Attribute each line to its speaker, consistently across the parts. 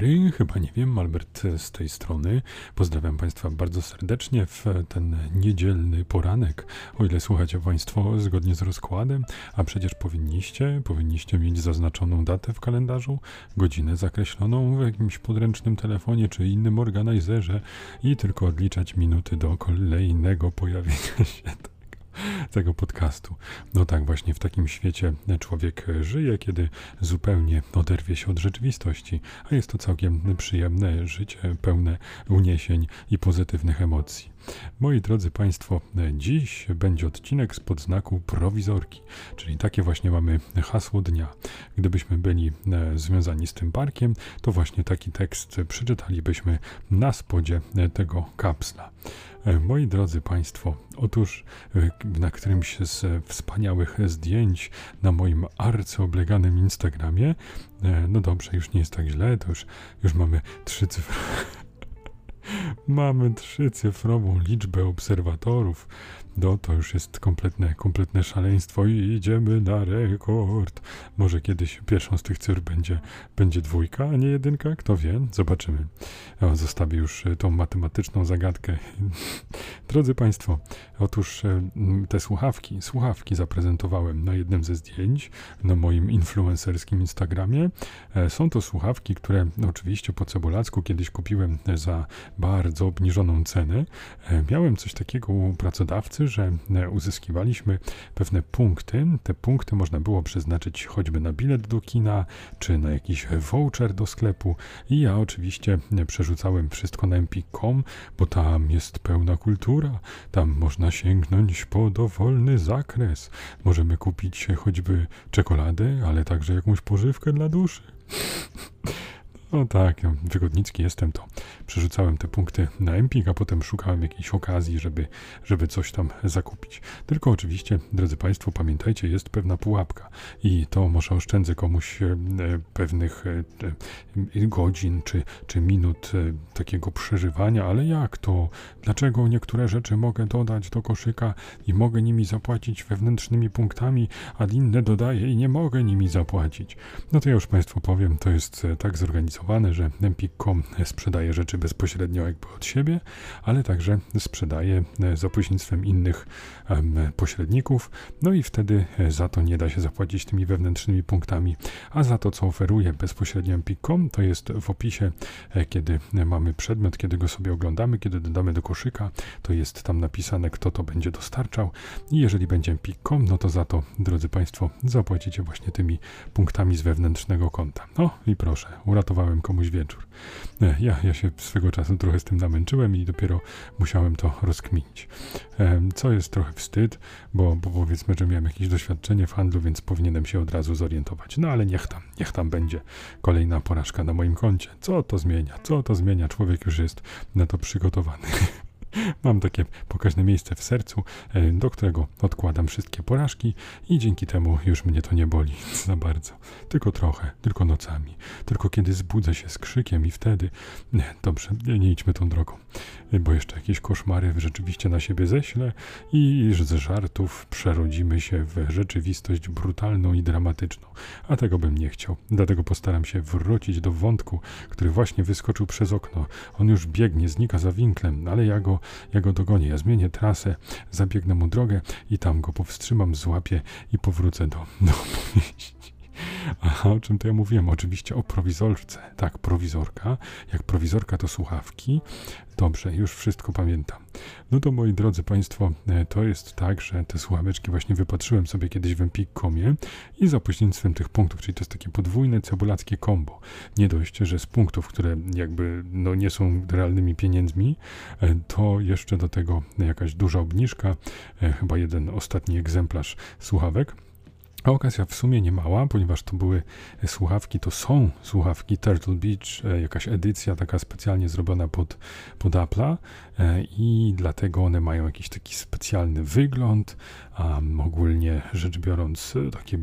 Speaker 1: dobry, chyba nie wiem, Albert z tej strony. Pozdrawiam Państwa bardzo serdecznie w ten niedzielny poranek, o ile słuchacie Państwo zgodnie z rozkładem, a przecież powinniście mieć zaznaczoną datę w kalendarzu, godzinę zakreśloną w jakimś podręcznym telefonie czy innym organizerze i tylko odliczać minuty do kolejnego pojawienia się tego podcastu. No tak, właśnie w takim świecie człowiek żyje, kiedy zupełnie oderwie się od rzeczywistości, a jest to całkiem przyjemne życie, pełne uniesień i pozytywnych emocji. Moi drodzy Państwo, dziś będzie odcinek spod znaku prowizorki, czyli takie właśnie mamy hasło dnia. Gdybyśmy byli związani z tym parkiem, to właśnie taki tekst przeczytalibyśmy na spodzie tego kapsla. Moi drodzy Państwo, otóż na którymś z wspaniałych zdjęć na moim arcyobleganym Instagramie, no dobrze, już nie jest tak źle, to już mamy Mamy trzycyfrową liczbę obserwatorów. No to już jest kompletne szaleństwo i idziemy na rekord. Może kiedyś pierwszą z tych cyfr będzie dwójka, a nie jedynka? Kto wie? Zobaczymy. Zostawię już tą matematyczną zagadkę. Drodzy Państwo, otóż te słuchawki zaprezentowałem na jednym ze zdjęć na moim influencerskim Instagramie. Są to słuchawki, które oczywiście po cebulacku kiedyś kupiłem za bardzo obniżoną cenę. Miałem coś takiego u pracodawcy, że uzyskiwaliśmy pewne punkty. Te punkty można było przeznaczyć choćby na bilet do kina, czy na jakiś voucher do sklepu i ja oczywiście przerzucałem wszystko na empik.com, bo tam jest pełna kultura, tam można sięgnąć po dowolny zakres. Możemy kupić choćby czekoladę, ale także jakąś pożywkę dla duszy. No tak, wygodnicki jestem, to przerzucałem te punkty na Empik, a potem szukałem jakiejś okazji, żeby coś tam zakupić. Tylko oczywiście, drodzy Państwo, pamiętajcie, jest pewna pułapka i to może oszczędzę komuś pewnych godzin czy minut takiego przeżywania, ale jak to? Dlaczego niektóre rzeczy mogę dodać do koszyka i mogę nimi zapłacić wewnętrznymi punktami, a inne dodaję i nie mogę nimi zapłacić? No to ja już Państwu powiem, to jest tak zorganizowane, że Empik.com sprzedaje rzeczy bezpośrednio jakby od siebie, ale także sprzedaje za pośrednictwem innych pośredników, no i wtedy za to nie da się zapłacić tymi wewnętrznymi punktami, a za to, co oferuje bezpośrednio Empik.com, to jest w opisie, kiedy mamy przedmiot, kiedy go sobie oglądamy, kiedy dodamy do koszyka, to jest tam napisane, kto to będzie dostarczał i jeżeli będzie Empik.com, no to za to, drodzy Państwo, zapłacicie właśnie tymi punktami z wewnętrznego konta. No i proszę, uratowałem komuś wieczór. Ja się swego czasu trochę z tym namęczyłem i dopiero musiałem to rozkminić. Co jest trochę wstyd, bo powiedzmy, że miałem jakieś doświadczenie w handlu, więc powinienem się od razu zorientować. No ale niech tam będzie kolejna porażka na moim koncie. Co to zmienia? Człowiek już jest na to przygotowany. Mam takie pokaźne miejsce w sercu, do którego odkładam wszystkie porażki i dzięki temu już mnie to nie boli za bardzo. Tylko trochę, tylko nocami. Tylko kiedy zbudzę się z krzykiem i wtedy... Dobrze, nie idźmy tą drogą, bo jeszcze jakieś koszmary rzeczywiście na siebie ześlę i z żartów przerodzimy się w rzeczywistość brutalną i dramatyczną. A tego bym nie chciał. Dlatego postaram się wrócić do wątku, który właśnie wyskoczył przez okno. On już biegnie, znika za winklem, ale ja go dogonię, ja zmienię trasę, zabiegnę mu drogę i tam go powstrzymam, złapię i powrócę do opowieści. Aha, o czym to ja mówiłem? Oczywiście o prowizorce. Tak, prowizorka. Jak prowizorka to słuchawki. Dobrze, już wszystko pamiętam. No to moi drodzy Państwo, to jest tak, że te słuchaweczki właśnie wypatrzyłem sobie kiedyś w Empik.comie i za pośrednictwem tych punktów, czyli to jest takie podwójne cebulackie combo. Nie dość, że z punktów, które jakby nie są realnymi pieniędzmi, to jeszcze do tego jakaś duża obniżka, chyba jeden ostatni egzemplarz słuchawek. A okazja w sumie nie mała, ponieważ to są słuchawki Turtle Beach, jakaś edycja taka specjalnie zrobiona pod Apple'a i dlatego one mają jakiś taki specjalny wygląd, a ogólnie rzecz biorąc takie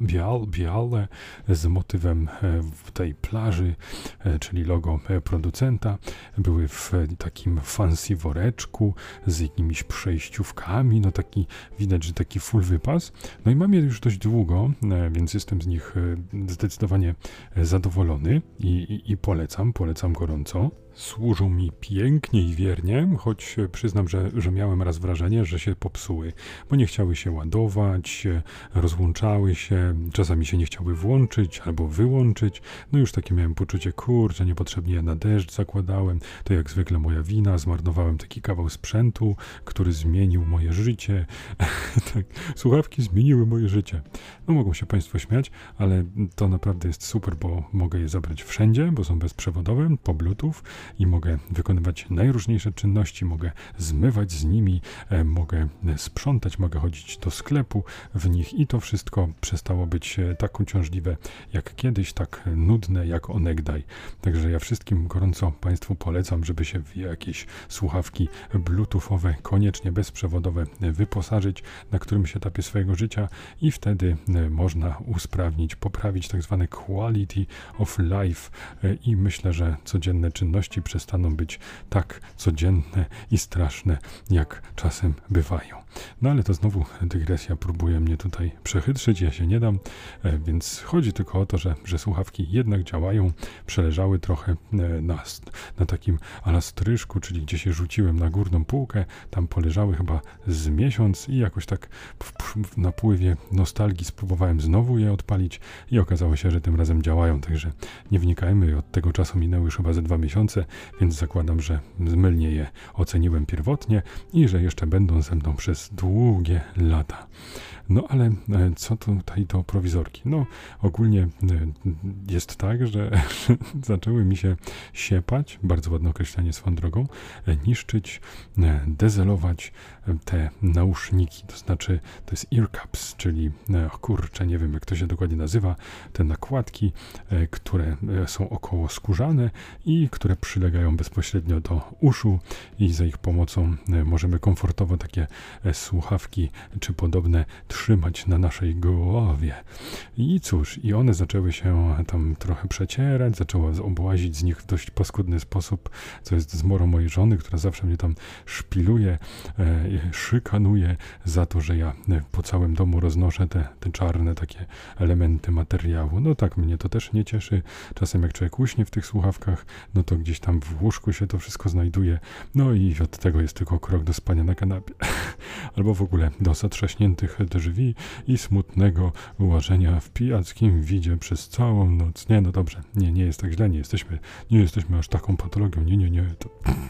Speaker 1: białe z motywem tej plaży, czyli logo producenta. Były w takim fancy woreczku z jakimiś przejściówkami, no taki widać, że taki full wypas. No i mam je już dość długo, więc jestem z nich zdecydowanie zadowolony i polecam gorąco. Służą mi pięknie i wiernie, choć przyznam, że miałem raz wrażenie, że się popsuły, bo nie chciały się ładować, rozłączały się, czasami się nie chciały włączyć albo wyłączyć. No już takie miałem poczucie, kurczę, niepotrzebnie na deszcz zakładałem, to jak zwykle moja wina, zmarnowałem taki kawał sprzętu, który zmienił moje życie. Tak, słuchawki zmieniły moje życie. No mogą się Państwo śmiać, ale to naprawdę jest super, bo mogę je zabrać wszędzie, bo są bezprzewodowe, po Bluetooth, i mogę wykonywać najróżniejsze czynności, mogę zmywać z nimi, mogę sprzątać, mogę chodzić do sklepu w nich i to wszystko przestało być tak uciążliwe jak kiedyś, tak nudne jak onegdaj. Także ja wszystkim gorąco Państwu polecam, żeby się w jakieś słuchawki bluetoothowe, koniecznie bezprzewodowe wyposażyć na którymś etapie swojego życia i wtedy można usprawnić, poprawić tak zwane quality of life i myślę, że codzienne czynności przestaną być tak codzienne i straszne, jak czasem bywają. No ale to znowu dygresja próbuje mnie tutaj przechytrzyć, ja się nie dam, więc chodzi tylko o to, że słuchawki jednak działają, przeleżały trochę na takim ala stryżku, czyli gdzie się rzuciłem na górną półkę, tam poleżały chyba z miesiąc i jakoś tak w napływie nostalgii spróbowałem znowu je odpalić i okazało się, że tym razem działają, także nie wnikajmy, od tego czasu minęły już chyba ze 2 miesiące, więc zakładam, że mylnie je oceniłem pierwotnie i że jeszcze będą ze mną przez długie lata. No ale co tutaj do prowizorki? No ogólnie jest tak, że zaczęły mi się siepać, bardzo ładne określenie swoją drogą, niszczyć, dezelować te nauszniki, to znaczy to jest ear cups, czyli kurczę, nie wiem jak to się dokładnie nazywa, te nakładki, które są około skórzane i które przylegają bezpośrednio do uszu i za ich pomocą możemy komfortowo takie słuchawki czy podobne trzymać na naszej głowie. I cóż, i one zaczęły się tam trochę przecierać, zaczęła obłazić z nich w dość paskudny sposób, co jest zmorą mojej żony, która zawsze mnie tam szpiluje, szykanuje za to, że ja po całym domu roznoszę te czarne takie elementy materiału. No tak, mnie to też nie cieszy. Czasem jak człowiek uśnie w tych słuchawkach, no to gdzieś tam w łóżku się to wszystko znajduje. No i od tego jest tylko krok do spania na kanapie. Albo w ogóle do zatrzaśniętych drzwi i smutnego łażenia w pijackim widzie przez całą noc. Nie, no dobrze, nie jest tak źle, nie jesteśmy aż taką patologią, nie, to...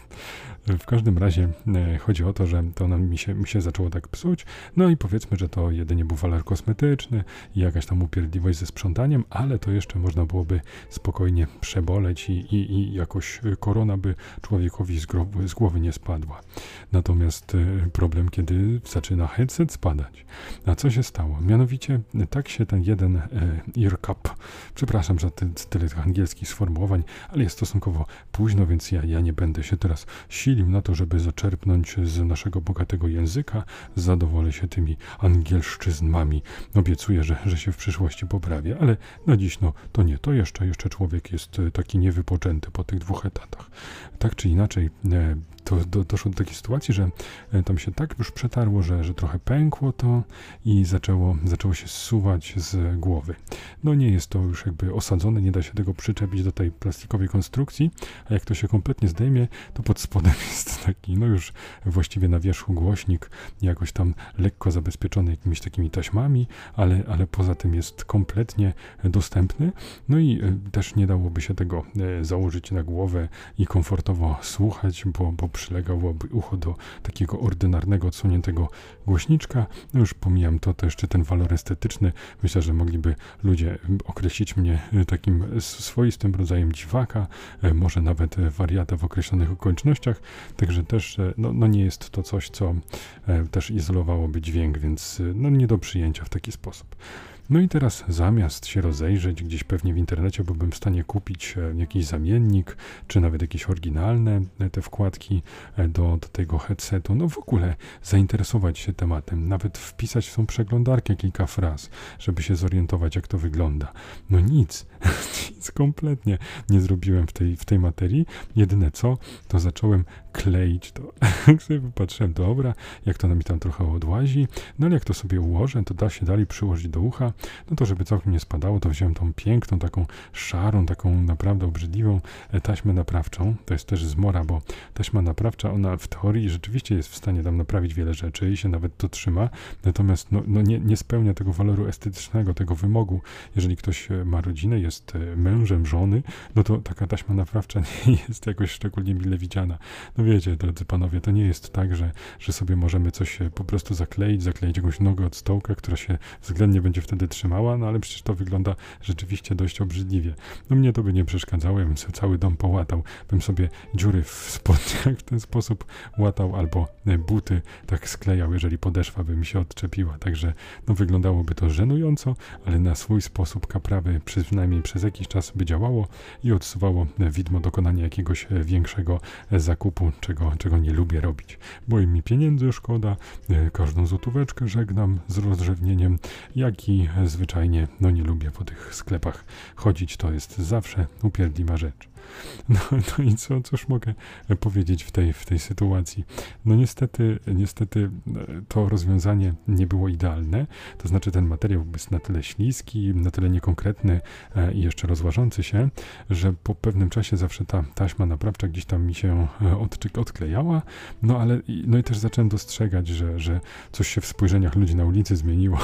Speaker 1: W każdym razie chodzi o to, że to mi się zaczęło tak psuć, no i powiedzmy, że to jedynie był waler kosmetyczny i jakaś tam upierdliwość ze sprzątaniem, ale to jeszcze można byłoby spokojnie przeboleć i jakoś korona by człowiekowi z głowy nie spadła. Natomiast problem, kiedy zaczyna headset spadać. A co się stało? Mianowicie tak się ten jeden ear cup, przepraszam za tyle tych angielskich sformułowań, ale jest stosunkowo późno, więc ja nie będę się teraz silił na to, żeby zaczerpnąć z naszego bogatego języka. Zadowolę się tymi angielszczyznami. Obiecuję, że się w przyszłości poprawię, ale na dziś to nie. To jeszcze człowiek jest taki niewypoczęty po tych 2 etatach. Tak czy inaczej, to doszło do takiej sytuacji, że tam się tak już przetarło, że trochę pękło to i zaczęło się zsuwać z głowy. No nie jest to już jakby osadzone, nie da się tego przyczepić do tej plastikowej konstrukcji, a jak to się kompletnie zdejmie, to pod spodem jest taki, no już właściwie na wierzchu głośnik, jakoś tam lekko zabezpieczony jakimiś takimi taśmami, ale poza tym jest kompletnie dostępny. No i też nie dałoby się tego założyć na głowę i komfortowo słuchać, bo przylegałoby ucho do takiego ordynarnego, odsuniętego głośniczka. No już pomijam to jeszcze ten walor estetyczny. Myślę, że mogliby ludzie określić mnie takim swoistym rodzajem dziwaka, może nawet wariata w określonych okolicznościach, także też nie jest to coś, co też izolowałoby dźwięk, więc nie do przyjęcia w taki sposób. No i teraz zamiast się rozejrzeć gdzieś pewnie w internecie, bo bym w stanie kupić jakiś zamiennik, czy nawet jakieś oryginalne te wkładki do tego headsetu, no w ogóle zainteresować się tematem, nawet wpisać w tą przeglądarkę kilka fraz, żeby się zorientować, jak to wygląda. No nic, nic kompletnie nie zrobiłem w tej materii. Jedyne co, to zacząłem kleić to. Jak sobie popatrzyłem, dobra, jak to mi tam trochę odłazi, no ale jak to sobie ułożę, to da się dalej przyłożyć do ucha, no to żeby całkiem nie spadało, to wziąłem tą piękną, taką szarą, taką naprawdę obrzydliwą taśmę naprawczą. To jest też zmora, bo taśma naprawcza, ona w teorii rzeczywiście jest w stanie tam naprawić wiele rzeczy i się nawet to trzyma, natomiast nie spełnia tego waloru estetycznego, tego wymogu. Jeżeli ktoś ma rodzinę, jest mężem żony, no to taka taśma naprawcza nie jest jakoś szczególnie mile widziana. No wiecie, drodzy panowie, to nie jest tak, że sobie możemy coś po prostu zakleić jakąś nogę od stołka, która się względnie będzie wtedy trzymała, no ale przecież to wygląda rzeczywiście dość obrzydliwie. No mnie to by nie przeszkadzało, ja bym sobie cały dom połatał, bym sobie dziury w spodniach w ten sposób łatał, albo buty tak sklejał, jeżeli podeszwa by mi się odczepiła, także no wyglądałoby to żenująco, ale na swój sposób kaprawy przynajmniej przez jakiś czas by działało i odsuwało widmo dokonania jakiegoś większego zakupu, czego nie lubię robić. Bo mi pieniędzy szkoda, każdą złotóweczkę żegnam z rozrzewnieniem, jak i zwyczajnie nie lubię po tych sklepach chodzić, to jest zawsze upierdliwa rzecz. No i cóż mogę powiedzieć w tej sytuacji? No niestety to rozwiązanie nie było idealne, to znaczy ten materiał jest na tyle śliski, na tyle niekonkretny i jeszcze rozłażący się, że po pewnym czasie zawsze ta taśma naprawcza gdzieś tam mi się odklejała, no i też zacząłem dostrzegać, że coś się w spojrzeniach ludzi na ulicy zmieniło.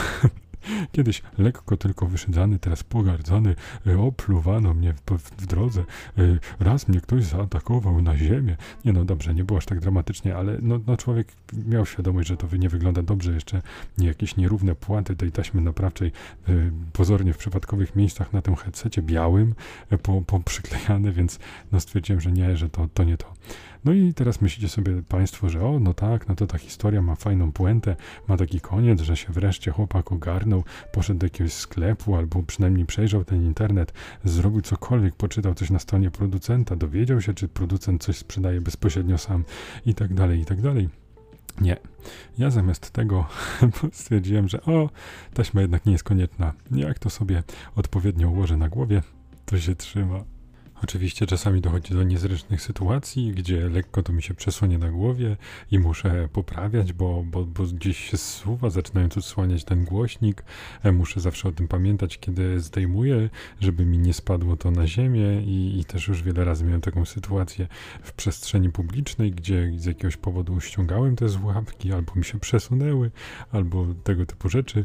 Speaker 1: Kiedyś lekko tylko wyszydzany, teraz pogardzany, opluwano mnie w drodze, raz mnie ktoś zaatakował na ziemię. Nie no dobrze, nie było aż tak dramatycznie, ale no człowiek miał świadomość, że to nie wygląda dobrze, jeszcze jakieś nierówne płaty tej taśmy naprawczej, pozornie w przypadkowych miejscach na tym headsetie białym, poprzyklejane, więc no stwierdziłem, że nie, że to nie to. No i teraz myślicie sobie państwo, że no to ta historia ma fajną puentę, ma taki koniec, że się wreszcie chłopak ogarnął, poszedł do jakiegoś sklepu, albo przynajmniej przejrzał ten internet, zrobił cokolwiek, poczytał coś na stronie producenta, dowiedział się, czy producent coś sprzedaje bezpośrednio sam i tak dalej, i tak dalej. Nie. Ja zamiast tego stwierdziłem, że taśma jednak nie jest konieczna. Jak to sobie odpowiednio ułożę na głowie, to się trzyma. Oczywiście czasami dochodzi do niezręcznych sytuacji, gdzie lekko to mi się przesunie na głowie i muszę poprawiać, bo gdzieś się zsuwa, zaczynając odsłaniać ten głośnik. Muszę zawsze o tym pamiętać, kiedy zdejmuję, żeby mi nie spadło to na ziemię i też już wiele razy miałem taką sytuację w przestrzeni publicznej, gdzie z jakiegoś powodu ściągałem te słuchawki, albo mi się przesunęły, albo tego typu rzeczy,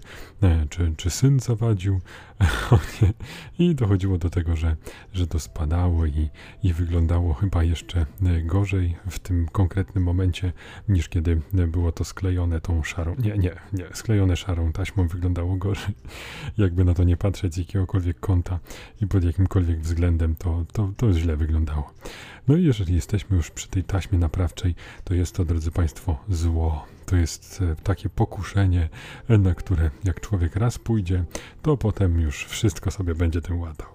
Speaker 1: czy syn zawadził. I dochodziło do tego, że to spadało i wyglądało chyba jeszcze gorzej w tym konkretnym momencie, niż kiedy było to sklejone tą szarą, sklejone szarą taśmą wyglądało gorzej. Jakby na to nie patrzeć z jakiegokolwiek kąta i pod jakimkolwiek względem, to źle wyglądało. No i jeżeli jesteśmy już przy tej taśmie naprawczej, to jest to, drodzy państwo, zło. To jest takie pokuszenie, na które jak człowiek raz pójdzie, to potem już wszystko sobie będzie tym łatał.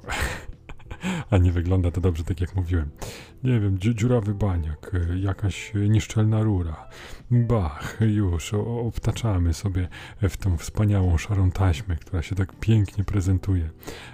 Speaker 1: A nie wygląda to dobrze, tak jak mówiłem. Nie wiem, dziurawy baniak, jakaś nieszczelna rura. Bach, już obtaczamy sobie w tą wspaniałą szarą taśmę, która się tak pięknie prezentuje.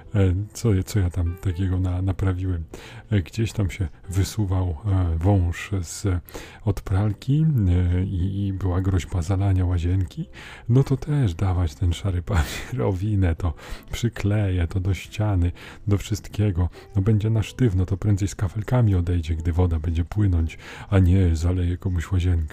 Speaker 1: Co ja tam takiego naprawiłem? Gdzieś tam się wysuwał wąż od pralki i była groźba zalania łazienki. No to też dawać ten szary papier, owinę to, przykleję to do ściany, do wszystkiego. No będzie na sztywno, to prędzej z kafelkami odejdzie, gdy woda będzie płynąć, a nie zaleje komuś łazienkę.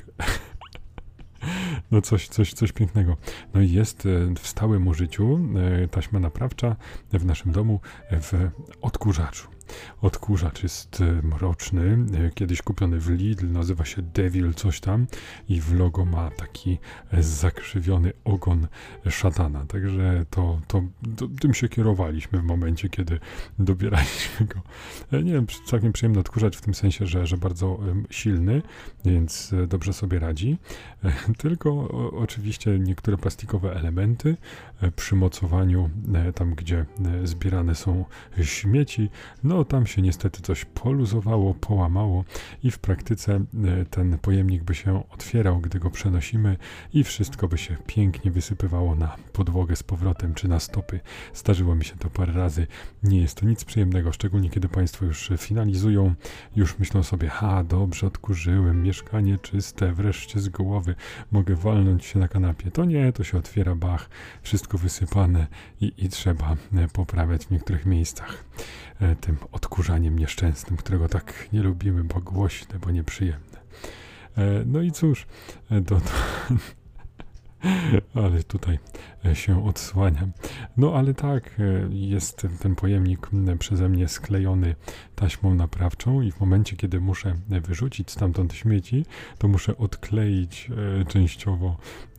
Speaker 1: No coś pięknego. No i jest w stałym użyciu taśma naprawcza w naszym domu w odkurzaczu. Odkurzacz jest mroczny, kiedyś kupiony w Lidl, nazywa się Devil coś tam i w logo ma taki zakrzywiony ogon szatana. Także to tym się kierowaliśmy w momencie, kiedy dobieraliśmy go. Nie wiem, całkiem przyjemny odkurzacz w tym sensie, że bardzo silny, więc dobrze sobie radzi. Tylko oczywiście niektóre plastikowe elementy przy mocowaniu, tam gdzie zbierane są śmieci, no tam się niestety coś poluzowało, połamało i w praktyce ten pojemnik by się otwierał, gdy go przenosimy i wszystko by się pięknie wysypywało na podłogę z powrotem czy na stopy. Zdarzyło mi się to parę razy. Nie jest to nic przyjemnego, szczególnie kiedy Państwo już finalizują, już myślą sobie, dobrze odkurzyłem, mieszkanie czyste, wreszcie z głowy mogę walnąć się na kanapie. To nie, to się otwiera, bach, wszystko wysypane i trzeba poprawiać w niektórych miejscach tym odkurzaniem nieszczęsnym, którego tak nie lubimy, bo głośne, bo nieprzyjemne. No i cóż, ale tutaj się odsłaniam. No ale tak, jest ten pojemnik przeze mnie sklejony taśmą naprawczą i w momencie, kiedy muszę wyrzucić stamtąd śmieci, to muszę odkleić częściowo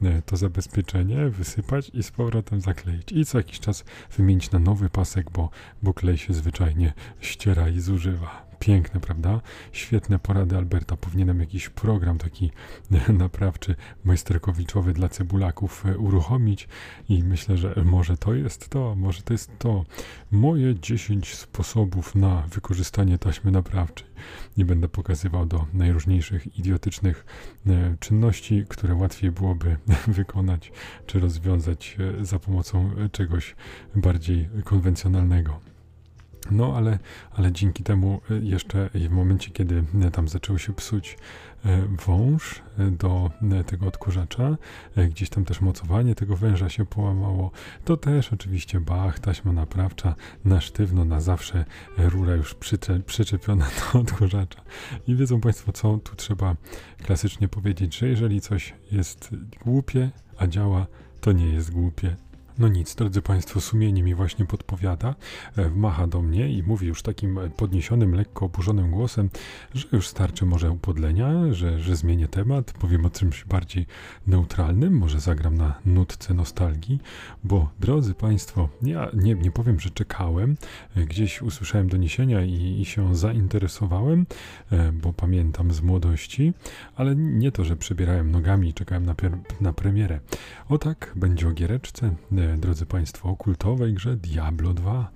Speaker 1: to wysypać i z powrotem zakleić. I co jakiś czas wymienić na nowy pasek, bo klej się zwyczajnie ściera i zużywa. Piękne, prawda? Świetne porady Alberta. Powinienem jakiś program taki naprawczy, majsterkowiczowy dla cebulaków uruchomić i myślę, że może to jest to. Moje 10 sposobów na wykorzystanie taśmy naprawczej. Nie będę pokazywał do najróżniejszych idiotycznych czynności, które łatwiej byłoby wykonać czy rozwiązać za pomocą czegoś bardziej konwencjonalnego. No, ale dzięki temu jeszcze w momencie, kiedy tam zaczęło się psuć wąż do tego odkurzacza, gdzieś tam też mocowanie tego węża się połamało, to też oczywiście taśma naprawcza na sztywno, na zawsze, rura już przyczepiona do odkurzacza. I wiedzą Państwo, co tu trzeba klasycznie powiedzieć, że jeżeli coś jest głupie, a działa, to nie jest głupie. No nic, drodzy Państwo, sumienie mi właśnie podpowiada, macha do mnie i mówi już takim podniesionym, lekko oburzonym głosem, że już starczy może upodlenia, że zmienię temat, powiem o czymś bardziej neutralnym, może zagram na nutce nostalgii, bo drodzy Państwo, ja nie powiem, że czekałem, gdzieś usłyszałem doniesienia i się zainteresowałem, bo pamiętam z młodości, ale nie to, że przebierałem nogami i czekałem na premierę. O tak, będzie o giereczce, drodzy Państwo, o kultowej grze Diablo 2.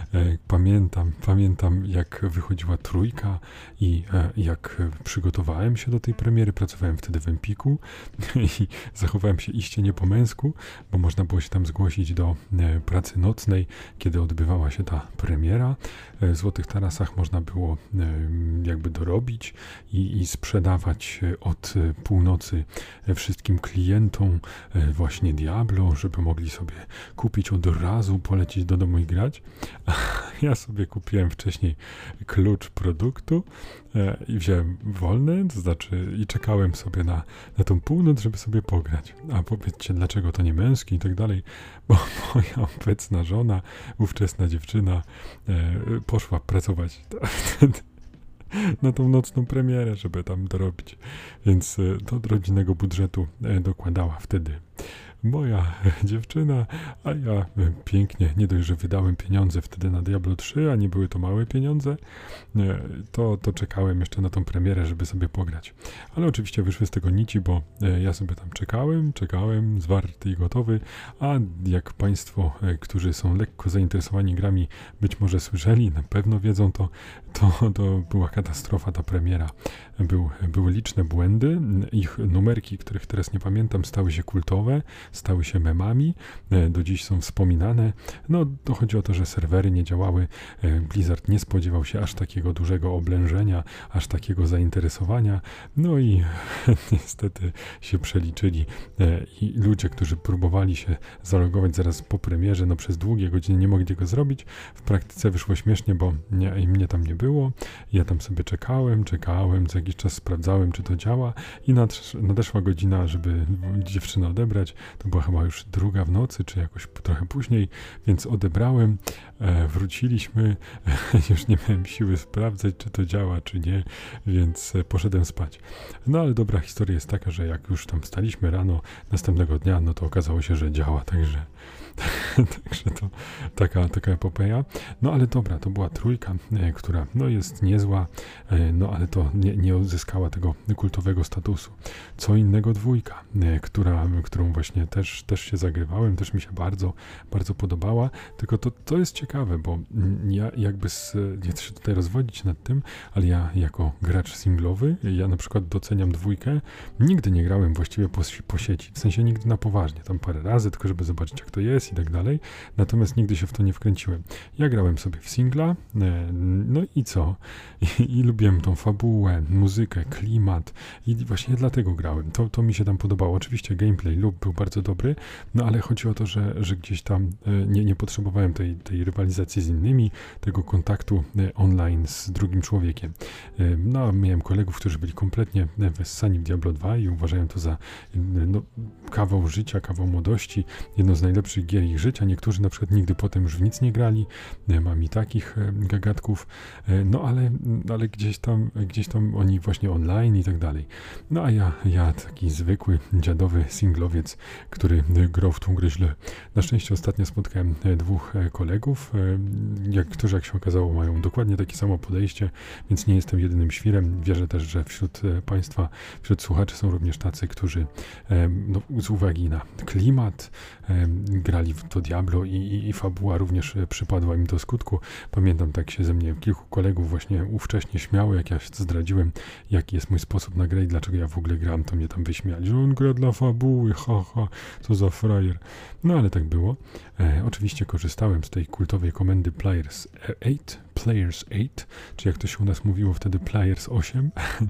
Speaker 1: Pamiętam jak wychodziła trójka i jak przygotowałem się do tej premiery. Pracowałem wtedy w Empiku i zachowałem się iście nie po męsku, bo można było się tam zgłosić do pracy nocnej, kiedy odbywała się ta premiera. W Złotych Tarasach można było jakby dorobić i sprzedawać od północy wszystkim klientom właśnie Diablo, żeby mogli sobie kupić od razu, polecieć do domu i grać. Ja sobie kupiłem wcześniej klucz produktu i wziąłem wolny, to znaczy i czekałem sobie na tą północ, żeby sobie pograć. A powiedzcie, dlaczego to nie męski i tak dalej, bo moja obecna żona, ówczesna dziewczyna, poszła pracować na tą nocną premierę, żeby tam dorobić. Więc do rodzinnego budżetu dokładała wtedy moja dziewczyna, a ja pięknie, nie dość, że wydałem pieniądze wtedy na Diablo 3, a nie były to małe pieniądze, to czekałem jeszcze na tą premierę, żeby sobie pograć. Ale oczywiście wyszły z tego nici, bo ja sobie tam czekałem, zwarty i gotowy, a jak Państwo, którzy są lekko zainteresowani grami, być może słyszeli, na pewno wiedzą to była katastrofa ta premiera. Były liczne błędy, ich numerki, których teraz nie pamiętam, stały się kultowe, stały się memami, do dziś są wspominane. No, to chodzi o to, że serwery nie działały, Blizzard nie spodziewał się aż takiego dużego oblężenia, aż takiego zainteresowania, no i niestety się przeliczyli i ludzie, którzy próbowali się zalogować zaraz po premierze, no przez długie godziny nie mogli tego zrobić. W praktyce wyszło śmiesznie, bo mnie tam nie było, ja tam sobie czekałem, co jakiś czas sprawdzałem, czy to działa i nadeszła godzina, żeby dziewczynę odebrać, to była chyba już 2 w nocy, czy jakoś trochę później, więc odebrałem, wróciliśmy, już nie miałem siły sprawdzać, czy to działa, czy nie, więc poszedłem spać. No ale dobra historia jest taka, że jak już tam wstaliśmy rano następnego dnia, no to okazało się, że działa, także to taka epopeja. No ale dobra, to była 3, która no jest niezła, no ale to nie uzyskała tego kultowego statusu. Co innego 2, którą właśnie też się zagrywałem, też mi się bardzo, bardzo podobała, tylko to jest ciekawe, bo ja jakby nie chcę się tutaj rozwodzić nad tym, ale ja jako gracz singlowy, ja na przykład doceniam 2, nigdy nie grałem właściwie po sieci, w sensie nigdy na poważnie, tam parę razy, tylko żeby zobaczyć jak to jest i tak dalej, natomiast nigdy się w to nie wkręciłem. Ja grałem sobie w singla, no i co? I lubiłem tą fabułę, muzykę, klimat i właśnie dlatego grałem. To mi się tam podobało. Oczywiście gameplay był bardzo dobry, no ale chodzi o to, że gdzieś tam nie potrzebowałem tej rywalizacji z innymi, tego kontaktu online z drugim człowiekiem. No, miałem kolegów, którzy byli kompletnie wessani w Diablo 2 i uważają to za kawał życia, kawał młodości, jedno z najlepszych gier ich życia. Niektórzy na przykład nigdy potem już w nic nie grali. Mam i takich gagatków, no ale gdzieś tam oni właśnie online i tak dalej. No a ja taki zwykły dziadowy singlowiec, który grał w tą grę źle. Na szczęście ostatnio spotkałem 2 kolegów, którzy jak się okazało mają dokładnie takie samo podejście, więc nie jestem jedynym świrem. Wierzę też, że wśród Państwa, wśród słuchaczy są również tacy, którzy z uwagi na klimat grali w to Diablo i fabuła również przypadła im do skutku. Pamiętam, tak się ze mnie kilku kolegów właśnie ówcześnie śmiało, jak ja zdradziłem, jaki jest mój sposób na grę i dlaczego ja w ogóle gram, to mnie tam wyśmiali, że on gra dla fabuły, co za frajer. No ale tak było. Oczywiście korzystałem z tej kultowej komendy Players 8, czy jak to się u nas mówiło wtedy Players 8.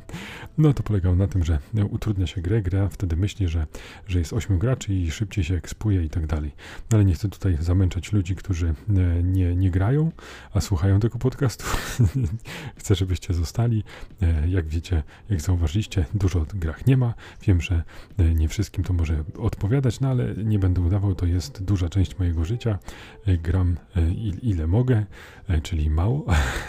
Speaker 1: No to polegało na tym, że utrudnia się grę, gra wtedy myśli, że jest 8 graczy i szybciej się ekspuje i tak dalej. No ale nie chcę tutaj zamęczać ludzi, którzy nie grają, a słuchają tego podcastu. Chcę, żebyście zostali. Jak wiecie, jak zauważyliście, dużo o grach nie ma. Wiem, że nie wszystkim to może odpowiadać, no ale nie będę udawał, to jest duża część mojego życia. Gram ile mogę, czyli mało,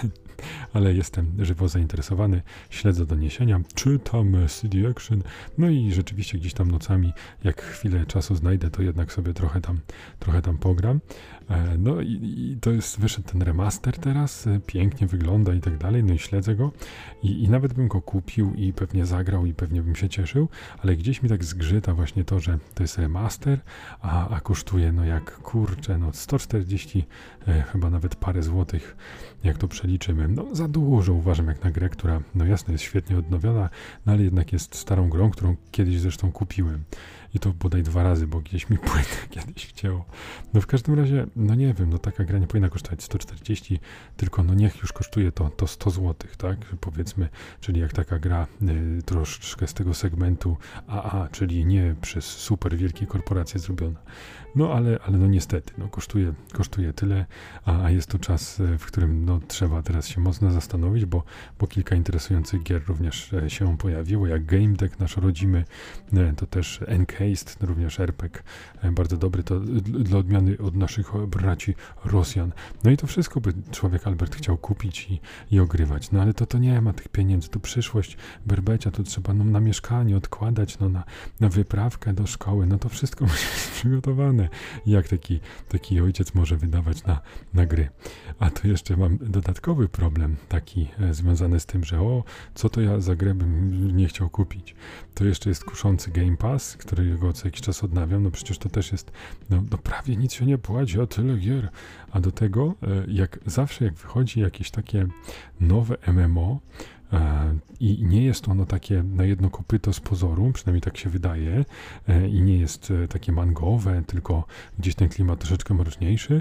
Speaker 1: ale jestem żywo zainteresowany, śledzę doniesienia, czytam CD Action, no i rzeczywiście gdzieś tam nocami, jak chwilę czasu znajdę, to jednak sobie trochę tam pogram. No i to jest, wyszedł ten remaster teraz, pięknie wygląda i tak dalej, no i śledzę go i nawet bym go kupił i pewnie zagrał i pewnie bym się cieszył, ale gdzieś mi tak zgrzyta właśnie to, że to jest remaster, a kosztuje no jak kurczę, no 140 chyba nawet parę złotych, jak to przeliczymy. No za dużo uważam jak na grę, która no jasne jest świetnie odnowiona, no ale jednak jest starą grą, którą kiedyś zresztą kupiłem. I to bodaj 2 razy, bo gdzieś mi płytę kiedyś wcięło. No w każdym razie, no nie wiem, no taka gra nie powinna kosztować 140, tylko no niech już kosztuje to 100 zł, tak? Powiedzmy, czyli jak taka gra troszeczkę z tego segmentu AA, czyli nie przez super wielkie korporacje zrobiona. No ale no niestety, no kosztuje tyle, a jest to czas, w którym no trzeba teraz się mocno zastanowić, bo kilka interesujących gier również się pojawiło, jak Game Deck nasz rodzimy, to też Encased, również RPG, bardzo dobry, to dla odmiany od naszych braci Rosjan. No i to wszystko by człowiek Albert chciał kupić i ogrywać, no ale to nie ma tych pieniędzy, to przyszłość berbecia, to trzeba no, na mieszkanie odkładać, no na wyprawkę do szkoły, no to wszystko musi być przygotowane. Jak taki ojciec może wydawać na gry. A to jeszcze mam dodatkowy problem taki związany z tym, że co to ja za grę bym nie chciał kupić. To jeszcze jest kuszący Game Pass, którego co jakiś czas odnawiam, no przecież to też jest, no prawie nic się nie płaci, a tyle gier. A do tego, jak zawsze jak wychodzi jakieś takie nowe MMO, i nie jest ono takie na jedno kopyto z pozoru, przynajmniej tak się wydaje, i nie jest takie mangowe, tylko gdzieś ten klimat troszeczkę mroczniejszy,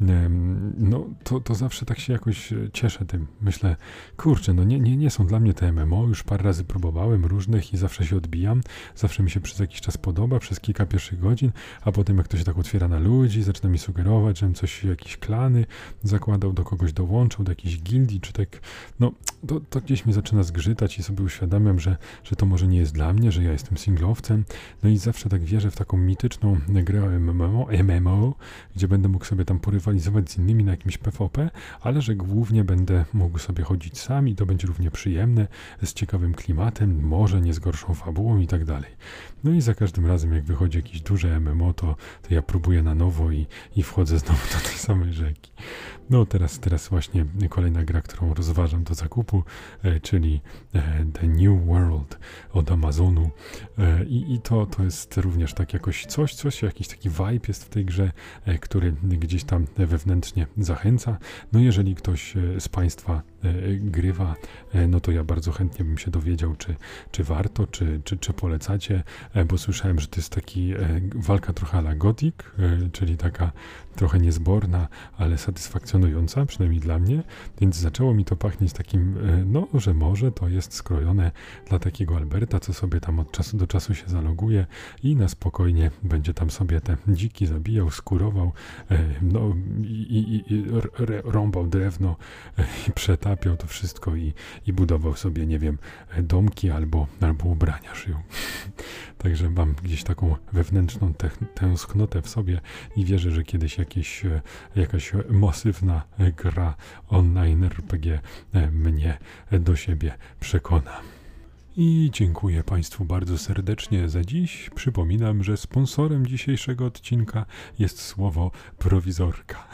Speaker 1: no to zawsze tak się jakoś cieszę tym. Myślę, kurczę, no nie są dla mnie te MMO, już parę razy próbowałem różnych i zawsze się odbijam, zawsze mi się przez jakiś czas podoba, przez kilka pierwszych godzin, a potem jak to się tak otwiera na ludzi, zaczyna mi sugerować, żebym jakieś klany zakładał, do kogoś dołączał, do jakiejś gildii, czy tak, no to gdzieś mi zaczyna zgrzytać i sobie uświadamiam, że to może nie jest dla mnie, że ja jestem singlowcem. No i zawsze tak wierzę w taką mityczną grę MMO, gdzie będę mógł sobie tam porywalizować z innymi na jakimś PvP, ale że głównie będę mógł sobie chodzić sam i to będzie równie przyjemne, z ciekawym klimatem, może nie z gorszą fabułą i tak dalej. No i za każdym razem, jak wychodzi jakieś duże MMO, to ja próbuję na nowo i wchodzę znowu do tej samej rzeki. No teraz właśnie kolejna gra, którą rozważam do zakupu, czyli The New World od Amazonu. I to jest również tak jakoś coś, jakiś taki vibe jest w tej grze, który gdzieś tam wewnętrznie zachęca. No jeżeli ktoś z Państwa grywa, no to ja bardzo chętnie bym się dowiedział, czy warto, czy polecacie, bo słyszałem, że to jest taki walka trochę à la Gothic, czyli taka trochę niezborna, ale satysfakcjonująca, przynajmniej dla mnie, więc zaczęło mi to pachnieć takim, no, że może to jest skrojone dla takiego Alberta, co sobie tam od czasu do czasu się zaloguje i na spokojnie będzie tam sobie te dziki zabijał, skurował, no i rąbał drewno i przetapiał to wszystko i budował sobie, nie wiem, domki albo ubrania szył. Także mam gdzieś taką wewnętrzną tęsknotę w sobie i wierzę, że kiedyś jakaś masywna gra online RPG mnie do siebie przekona. I dziękuję Państwu bardzo serdecznie za dziś. Przypominam, że sponsorem dzisiejszego odcinka jest słowo prowizorka.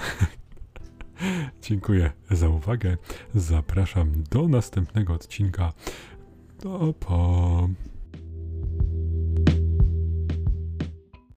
Speaker 1: Dziękuję za uwagę. Zapraszam do następnego odcinka. Pa.